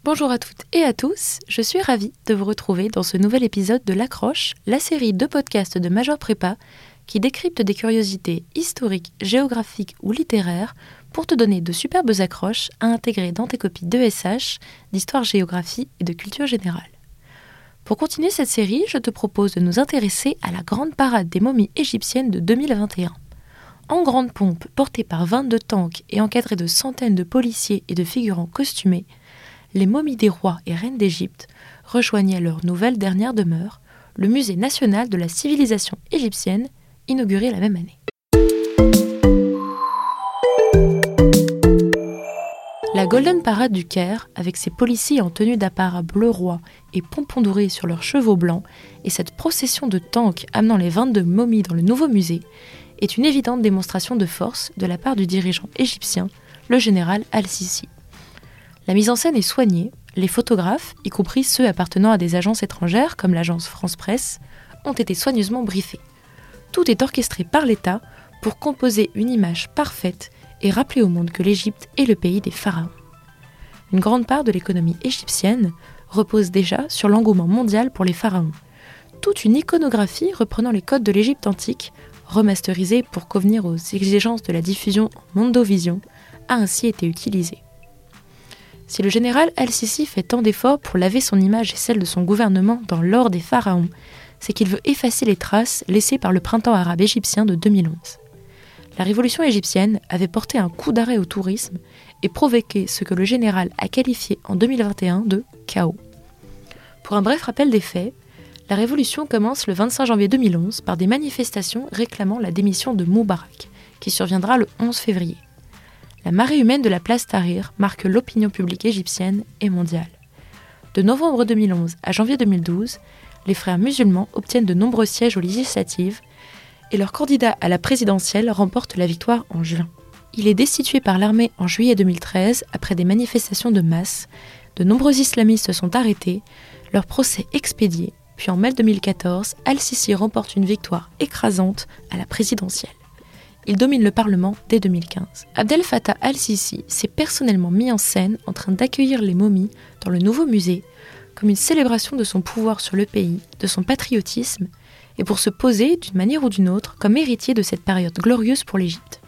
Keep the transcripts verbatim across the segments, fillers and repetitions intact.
Bonjour à toutes et à tous, je suis ravie de vous retrouver dans ce nouvel épisode de L'Accroche, la série de podcasts de Major Prépa qui décrypte des curiosités historiques, géographiques ou littéraires pour te donner de superbes accroches à intégrer dans tes copies d'E S H, d'histoire-géographie et de culture générale. Pour continuer cette série, je te propose de nous intéresser à la grande parade des momies égyptiennes de deux mille vingt et un. En grande pompe, portée par vingt-deux tanks et encadrée de centaines de policiers et de figurants costumés, les momies des rois et reines d'Égypte rejoignaient leur nouvelle dernière demeure, le Musée national de la civilisation égyptienne, inauguré la même année. La Golden Parade du Caire, avec ses policiers en tenue d'apparat bleu roi et pompons dorés sur leurs chevaux blancs, et cette procession de tanks amenant les vingt-deux momies dans le nouveau musée, est une évidente démonstration de force de la part du dirigeant égyptien, le général Al-Sisi. La mise en scène est soignée, les photographes, y compris ceux appartenant à des agences étrangères comme l'agence France Presse, ont été soigneusement briefés. Tout est orchestré par l'État pour composer une image parfaite et rappeler au monde que l'Égypte est le pays des pharaons. Une grande part de l'économie égyptienne repose déjà sur l'engouement mondial pour les pharaons. Toute une iconographie reprenant les codes de l'Égypte antique, remasterisée pour convenir aux exigences de la diffusion en Mondovision, a ainsi été utilisée. Si le général Al-Sisi fait tant d'efforts pour laver son image et celle de son gouvernement dans l'or des pharaons, c'est qu'il veut effacer les traces laissées par le printemps arabe égyptien de deux mille onze. La révolution égyptienne avait porté un coup d'arrêt au tourisme et provoqué ce que le général a qualifié en deux mille vingt et un de chaos. Pour un bref rappel des faits, la révolution commence le vingt-cinq janvier deux mille onze par des manifestations réclamant la démission de Moubarak, qui surviendra le onze février. La marée humaine de la place Tahrir marque l'opinion publique égyptienne et mondiale. De novembre deux mille onze à janvier deux mille douze, les frères musulmans obtiennent de nombreux sièges aux législatives et leur candidat à la présidentielle remporte la victoire en juin. Il est destitué par l'armée en juillet deux mille treize après des manifestations de masse. De nombreux islamistes sont arrêtés, leur procès expédié, puis en mai deux mille quatorze, Al-Sisi remporte une victoire écrasante à la présidentielle. Il domine le Parlement dès deux mille quinze. Abdel Fattah al-Sisi s'est personnellement mis en scène en train d'accueillir les momies dans le nouveau musée comme une célébration de son pouvoir sur le pays, de son patriotisme, et pour se poser, d'une manière ou d'une autre, comme héritier de cette période glorieuse pour l'Égypte.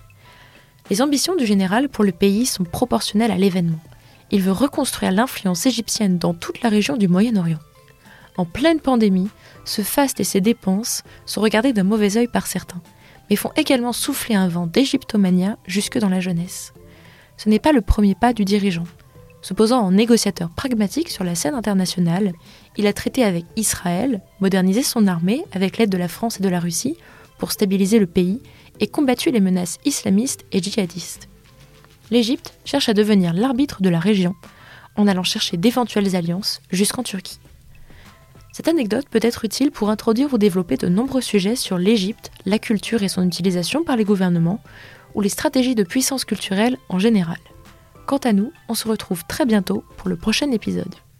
Les ambitions du général pour le pays sont proportionnelles à l'événement. Il veut reconstruire l'influence égyptienne dans toute la région du Moyen-Orient. En pleine pandémie, ce faste et ses dépenses sont regardés d'un mauvais œil par certains, mais font également souffler un vent d'égyptomania jusque dans la jeunesse. Ce n'est pas le premier pas du dirigeant. Se posant en négociateur pragmatique sur la scène internationale, il a traité avec Israël, modernisé son armée avec l'aide de la France et de la Russie pour stabiliser le pays et combattu les menaces islamistes et djihadistes. L'Égypte cherche à devenir l'arbitre de la région en allant chercher d'éventuelles alliances jusqu'en Turquie. Cette anecdote peut être utile pour introduire ou développer de nombreux sujets sur l'Égypte, la culture et son utilisation par les gouvernements, ou les stratégies de puissance culturelle en général. Quant à nous, on se retrouve très bientôt pour le prochain épisode.